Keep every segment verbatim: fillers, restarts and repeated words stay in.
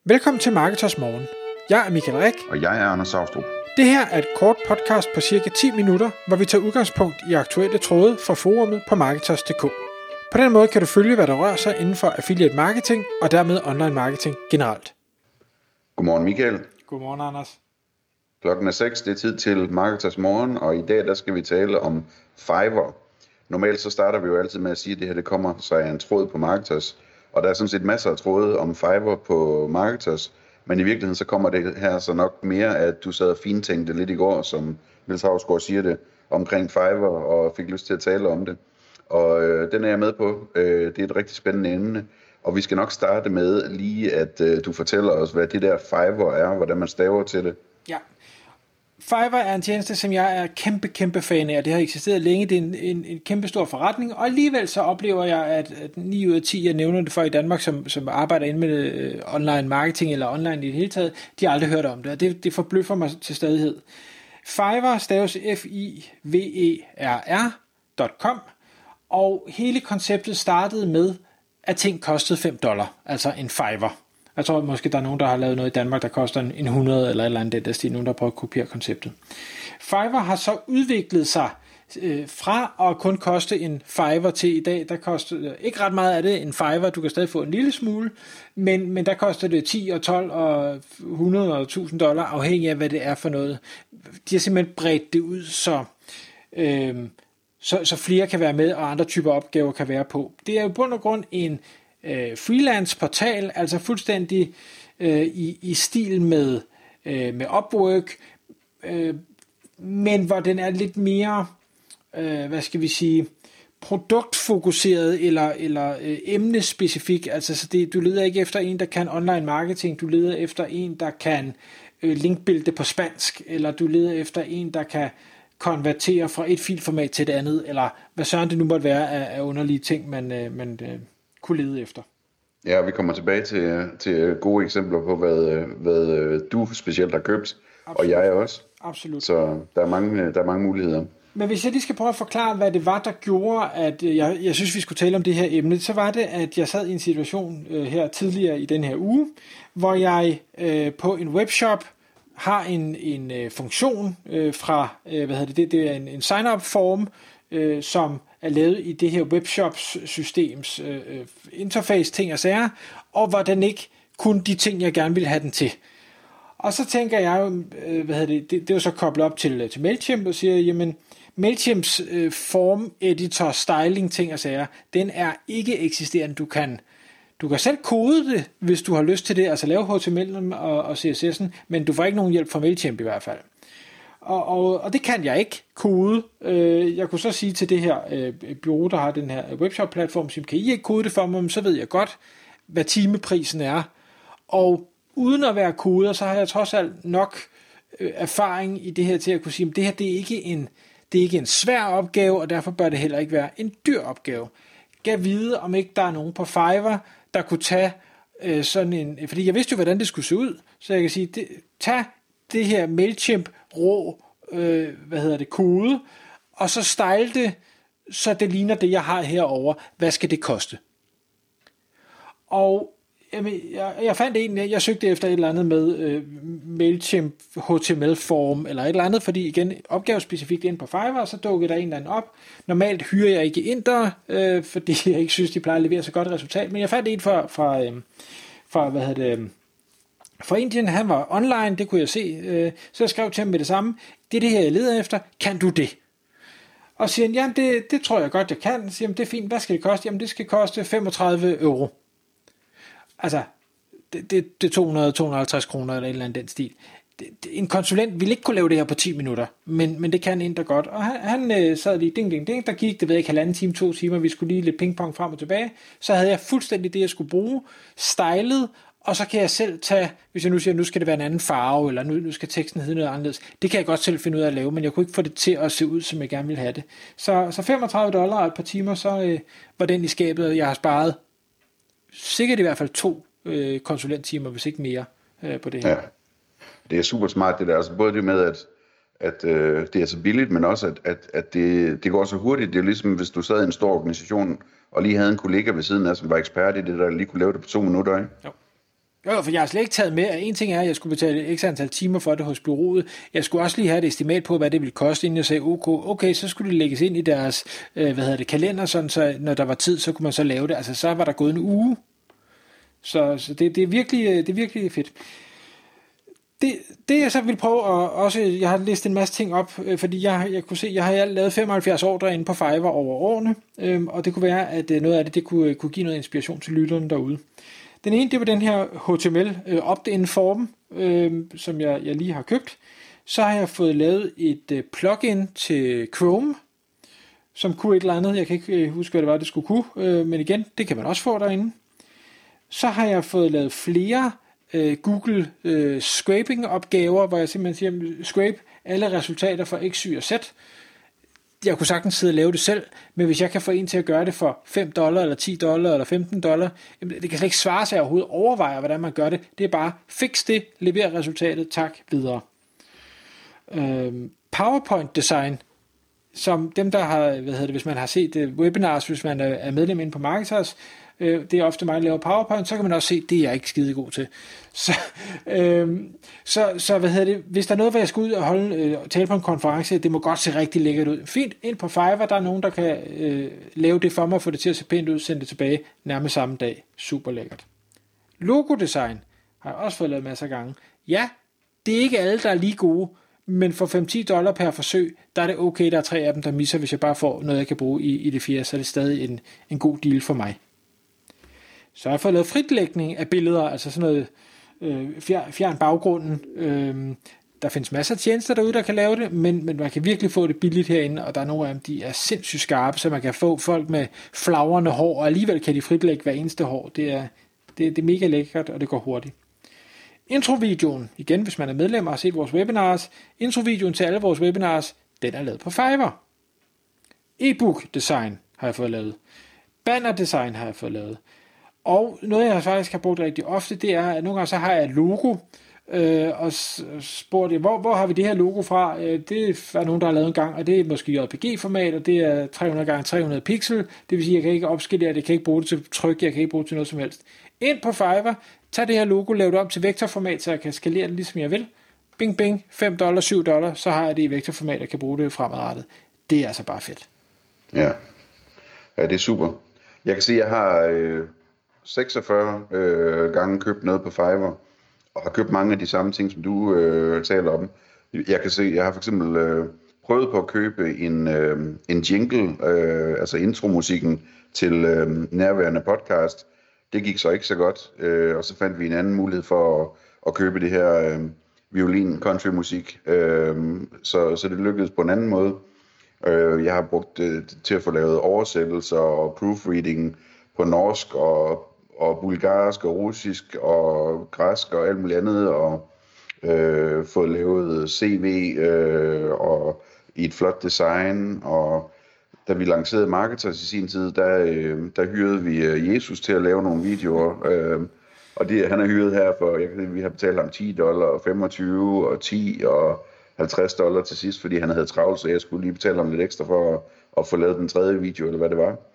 Velkommen til Marketers Morgen. Jeg er Michael Rik. Og jeg er Anders Saustrup. Det her er et kort podcast på cirka ti minutter, hvor vi tager udgangspunkt i aktuelle tråde fra forumet på Marketers punktum d k. På den måde kan du følge, hvad der rører sig inden for affiliate marketing og dermed online marketing generelt. Godmorgen Michael. Godmorgen Anders. Klokken er seks, det er tid til Marketers Morgen, og i dag der skal vi tale om Fiverr. Normalt så starter vi jo altid med at sige, at det her det kommer sig af en tråd på Marketers, og der er sådan set masser af tråde om Fiverr på Marketers, men i virkeligheden så kommer det her så nok mere, at du sad og fintænkte lidt i går, som Niels Hausgaard siger det, omkring Fiverr, og fik lyst til at tale om det. Og øh, den er jeg med på. Øh, det er et rigtig spændende emne, og vi skal nok starte med lige, at øh, du fortæller os, hvad det der Fiverr er, hvordan man staver til det. Ja. Fiverr er en tjeneste, som jeg er kæmpe, kæmpe fan af. Det har eksisteret længe. Det er en, en, en kæmpe stor forretning, og alligevel så oplever jeg, at, at ni ud af ti, jeg nævner det for i Danmark, som, som arbejder inde med det, uh, online marketing eller online i det hele taget, de har aldrig hørt om det, og det, det forbløffer mig til stadighed. Fiverr staves F I V E R R punktum com, og hele konceptet startede med, at ting kostede fem dollar, altså en Fiverr. Jeg tror måske, der er nogen, der har lavet noget i Danmark, der koster en hundrede eller et eller andet den der stil. Nogen, der prøver at kopiere konceptet. Fiverr har så udviklet sig øh, fra at kun koste en Fiverr til i dag. Der koster ikke ret meget af det en Fiverr. Du kan stadig få en lille smule. Men, men der koster det ti og tolv og hundrede og tusind dollar, afhængig af, hvad det er for noget. De har simpelthen bredt det ud, så... Øh, så, så flere kan være med, og andre typer opgaver kan være på. Det er jo på bund og grund en freelance portal, altså fuldstændig øh, i, i stil med, øh, med Upwork, øh, men hvor den er lidt mere, øh, hvad skal vi sige, produktfokuseret eller, eller øh, emnespecifik. Altså så det, du leder ikke efter en, der kan online marketing, du leder efter en, der kan øh, linkbuilde på spansk, eller du leder efter en, der kan konvertere fra et filformat til det andet, eller hvad søren det nu måtte være af, af underlige ting, man, øh, man øh, kunne lede efter. Ja, vi kommer tilbage til, til gode eksempler på, hvad, hvad du specielt har købt, absolut. Og jeg også. Absolut. Så der er, mange, der er mange muligheder. Men hvis jeg lige skal prøve at forklare, hvad det var, der gjorde, at jeg, jeg synes, vi skulle tale om det her emne, så var det, at jeg sad i en situation øh, her tidligere i den her uge, hvor jeg øh, på en webshop har en, en øh, funktion øh, fra, øh, hvad hedder det, det, det er en, en sign-up form, øh, som er lavet i det her webshops-systems øh, interface, ting og sager, og hvor den ikke kun de ting, jeg gerne vil have den til. Og så tænker jeg jo, øh, hvad hedder det, det, det er jo så koblet op til, til Mailchimp, og siger, jamen, Mailchimps øh, form, editor, styling, ting og sager, den er ikke eksisterende. Du kan, du kan selv kode det, hvis du har lyst til det, altså lave H T M L'en og, og C S S'en, men du får ikke nogen hjælp fra Mailchimp i hvert fald. Og, og, og det kan jeg ikke kode. Jeg kunne så sige til det her øh, bureau, der har den her webshop-platform, som kan I ikke kode det for mig, så ved jeg godt, hvad timeprisen er. Og uden at være koder, så har jeg trods alt nok øh, erfaring i det her til at kunne sige, at det her det er ikke en, det er ikke en svær opgave, og derfor bør det heller ikke være en dyr opgave. Gav vide, om ikke der er nogen på Fiverr, der kunne tage øh, sådan en... Fordi jeg vidste jo, hvordan det skulle se ud, så jeg kan sige, det, tag det her Mailchimp rå, øh, hvad hedder det, kode, og så style det, så det ligner det, jeg har herover. Hvad skal det koste? Og jamen, jeg, jeg fandt en, jeg søgte efter et eller andet med øh, Mailchimp H T M L-form, eller et eller andet, fordi igen, opgavespecifikt ind på Fiverr, så dukkede der en eller anden op. Normalt hyrer jeg ikke ind der, øh, fordi jeg ikke synes, de plejer at levere så godt resultat, men jeg fandt en fra, fra, øh, fra hvad hedder det, fra Indien, han var online, det kunne jeg se, så jeg skrev til ham med det samme, det er det her, jeg leder efter, kan du det? Og siger han, jamen det, det tror jeg godt, jeg kan. Så siger han, det er fint, hvad skal det koste? Jamen det skal koste femogtredive euro. Altså, det, det, det er to hundrede til to hundrede og halvtreds kroner, eller et eller andet den stil. Det, det, en konsulent ville ikke kunne lave det her på ti minutter, men, men det kan en der godt. Og han, han sad lige, ding, ding, ding, der gik, det ved jeg ikke, halvanden time, to timer, vi skulle lige lidt pingpong frem og tilbage. Så havde jeg fuldstændig det, jeg skulle bruge, stylet, og så kan jeg selv tage, hvis jeg nu siger, nu skal det være en anden farve, eller nu, nu skal teksten hedde noget anderledes. Det kan jeg godt selv finde ud af at lave, men jeg kunne ikke få det til at se ud, som jeg gerne ville have det. Så, så femogtredive dollar og et par timer, så øh, var den i skabet, og jeg har sparet sikkert i hvert fald to øh, konsulenttimer, hvis ikke mere, øh, på det her. Ja, det er super smart det der. Altså både det med, at, at øh, det er så billigt, men også, at, at, at det, det går så hurtigt. Det er ligesom, hvis du sad i en stor organisation, og lige havde en kollega ved siden af, som var ekspert i det, der lige kunne lave det på to minutter, ikke? Jo. Jo, for jeg har slet ikke taget med, at en ting er, at jeg skulle betale x antal timer for det hos bureauet. Jeg skulle også lige have et estimat på, hvad det ville koste, inden jeg sagde, okay, okay, så skulle det lægges ind i deres, øh, hvad hedder det, kalender, sådan, så når der var tid, så kunne man så lave det. Altså, så var der gået en uge. Så, så det, det, er virkelig, det er virkelig fedt. Det, det jeg så vil prøve at også, jeg har listet en masse ting op, øh, fordi jeg, jeg kunne se, jeg har lavet femoghalvfjerds ordre inde på Fiverr over årene, øh, og det kunne være, at øh, noget af det, det kunne, kunne give noget inspiration til lytterne derude. Den ene, det var den her H T M L øh, opt-in form, øh, som jeg, jeg lige har købt. Så har jeg fået lavet et øh, plugin til Chrome, som kunne et eller andet. Jeg kan ikke øh, huske, hvad det var, det skulle kunne, øh, men igen, det kan man også få derinde. Så har jeg fået lavet flere øh, Google øh, scraping opgaver, hvor jeg simpelthen siger, scrape alle resultater for X, Y og Z. Jeg kunne sagtens sidde og lave det selv, men hvis jeg kan få en til at gøre det for fem dollar, eller ti dollar, eller femten dollar, det kan slet ikke svare sig, at jeg overhovedet overvejer, hvordan man gør det. Det er bare, fix det, lever resultatet, tak, videre. Øhm, PowerPoint design, som dem, der har, hvad hedder det, hvis man har set uh, webinars, hvis man er medlem inde på Marketers, øh, det er ofte mig, der laver PowerPoint, så kan man også se, det er jeg ikke skide god til. Så, øh, så, så hvad hedder det, hvis der er noget, hvor jeg skal ud og holde, øh, tale på en konference, det må godt se rigtig lækkert ud. Fint, ind på Fiverr, der er nogen, der kan øh, lave det for mig, få det til at se pænt ud, sende det tilbage nærmest samme dag. Super lækkert. Logodesign har jeg også fået lavet masser af gange. Ja, det er ikke alle, der er lige gode, men for fem til ti dollar per forsøg, der er det okay, der er tre af dem, der misser, hvis jeg bare får noget, jeg kan bruge i, i det fjerde, så er det stadig en, en god deal for mig. Så har jeg fået lavet fritlægning af billeder, altså sådan noget øh, fjern, fjern baggrunden. Øh, der findes masser af tjenester derude, der kan lave det, men, men man kan virkelig få det billigt herinde, og der er nogle af dem, de er sindssygt skarpe, så man kan få folk med flagrende hår, og alligevel kan de fritlægge hver eneste hår. Det er, det, det er mega lækkert, og det går hurtigt. Introvideoen, igen hvis man er medlem og har set vores webinars, introvideoen til alle vores webinars, den er lavet på Fiverr. E-book design har jeg fået lavet. Banner design har jeg fået lavet. Og noget jeg faktisk har brugt rigtig ofte, det er, at nogle gange så har jeg et logo, øh, og spurgt, hvor, hvor har vi det her logo fra? Øh, det er nogen, der har lavet en gang, og det er måske J P G-format, og det er tre hundrede gange tre hundrede pixel, det vil sige, at jeg kan ikke opskille det, jeg kan ikke bruge det til tryk, jeg kan ikke bruge det til noget som helst. Ind på Fiverr, tag det her logo, lav det om til vektorformat, så jeg kan skalere det ligesom jeg vil. Bing, bing, fem dollar, syv dollar, så har jeg det i vektorformat, og kan bruge det fremadrettet. Det er altså bare fedt. Ja, ja det er super. Jeg kan se, at jeg har øh, seksogfyrre øh, gange købt noget på Fiverr, og har købt mange af de samme ting, som du øh, taler om. Jeg kan se, jeg har for eksempel øh, prøvet på at købe en, øh, en jingle, øh, altså intromusikken til øh, nærværende podcast. Det gik så ikke så godt, øh, og så fandt vi en anden mulighed for at, at købe det her øh, violin country musik, øh, så, så det lykkedes på en anden måde. Øh, jeg har brugt det til at få lavet oversættelser og proofreading på norsk og, og bulgarsk og russisk og græsk og alt muligt andet, og øh, fået lavet C V øh, og i et flot design, og da vi lancerede Marketers i sin tid, der, øh, der hyrede vi Jesus til at lave nogle videoer, øh, og det, han er hyret her for, jeg kan, vi har betalt ham ti dollar, og femogtyve, og ti, og halvtreds dollar til sidst, fordi han havde travlt, så jeg skulle lige betale ham lidt ekstra for at, at få lavet den tredje video, eller hvad det var.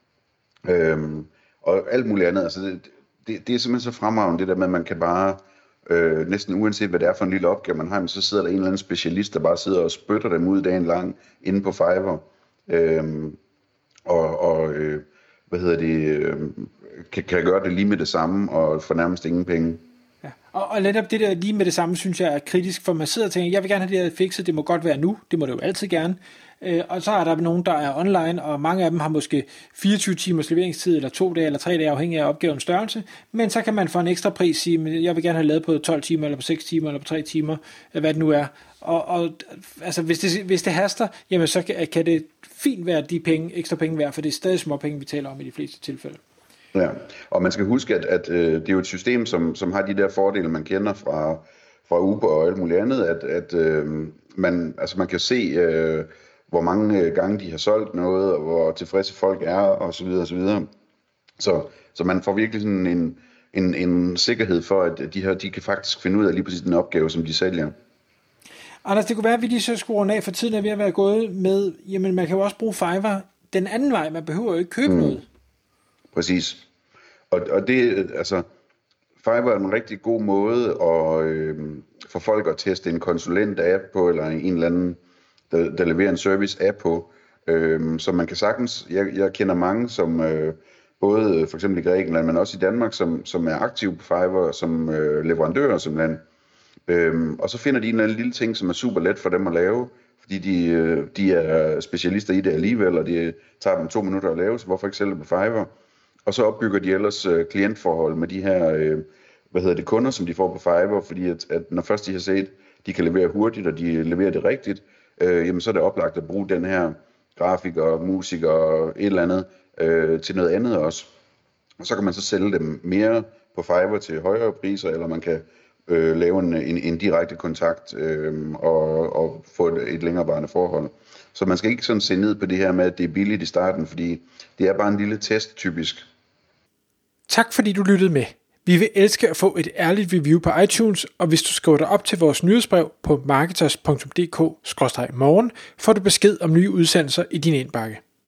Øh, og alt muligt andet, altså det, det, det er simpelthen så fremragende, det der med, at man kan bare, øh, næsten uanset hvad det er for en lille opgave, man har, men så sidder der en eller anden specialist, der bare sidder og spytter dem ud dagen lang, inde på Fiverr. Øhm, og, og øh, hvad hedder det øh, kan, kan gøre det lige med det samme og få nærmest ingen penge. Ja. Og, og netop det der lige med det samme synes jeg er kritisk, for man sidder og tænker, jeg vil gerne have det her fikset, det må godt være nu, det må det jo altid gerne, øh, og så er der nogen, der er online, og mange af dem har måske fireogtyve timers leveringstid, eller to dage, eller tre dage, afhængig af opgavens størrelse, men så kan man for en ekstra pris sige, jeg vil gerne have lavet på tolv timer, eller på seks timer, eller på tre timer, hvad det nu er. Og, og altså, hvis det, hvis det haster, jamen så kan, kan det fint være de penge, ekstra penge værd, for det er stadig små penge, vi taler om i de fleste tilfælde. Ja, og man skal huske, at, at øh, det er jo et system, som, som har de der fordele, man kender fra, fra Uber og alt muligt andet, at, at øh, man, altså man kan se, øh, hvor mange gange de har solgt noget, og hvor tilfredse folk er, og så videre, og så videre. Så, så man får virkelig sådan en, en, en sikkerhed for, at de her, de kan faktisk finde ud af lige præcis den opgave, som de sælger. Anders, det kunne være, at vi lige så skruer af, for tiden er ved at være gået med, jamen man kan jo også bruge Fiverr den anden vej, man behøver jo ikke købe mm. noget. Præcis. Og, og det, altså, Fiverr er en rigtig god måde at øh, få folk at teste en konsulent-app på, eller en eller anden, der, der leverer en service-app på. Øh, så man kan sagtens, jeg, jeg kender mange, som øh, både for eksempel i Grækenland, men også i Danmark, som, som er aktive på Fiverr som øh, leverandører simpelthen. Øh, og så finder de en eller anden lille ting, som er super let for dem at lave, fordi de, øh, de er specialister i det alligevel, og det tager dem to minutter at lave, så hvorfor ikke sælge på Fiverr? Og så opbygger de ellers øh, klientforhold med de her øh, hvad hedder det, kunder, som de får på Fiverr, fordi at, at når først de har set, de kan levere hurtigt, og de leverer det rigtigt, øh, jamen så er det oplagt at bruge den her grafiker, musiker og et eller andet øh, til noget andet også. Og så kan man så sælge dem mere på Fiverr til højere priser, eller man kan øh, lave en, en, en direkte kontakt øh, og, og få et, et længerevarende forhold. Så man skal ikke sådan se ned på det her med, at det er billigt i starten, fordi det er bare en lille test typisk. Tak fordi du lyttede med. Vi vil elske at få et ærligt review på iTunes, og hvis du skriver dig op til vores nyhedsbrev på marketers punktum d k skråstreg morgen, får du besked om nye udsendelser i din indbakke.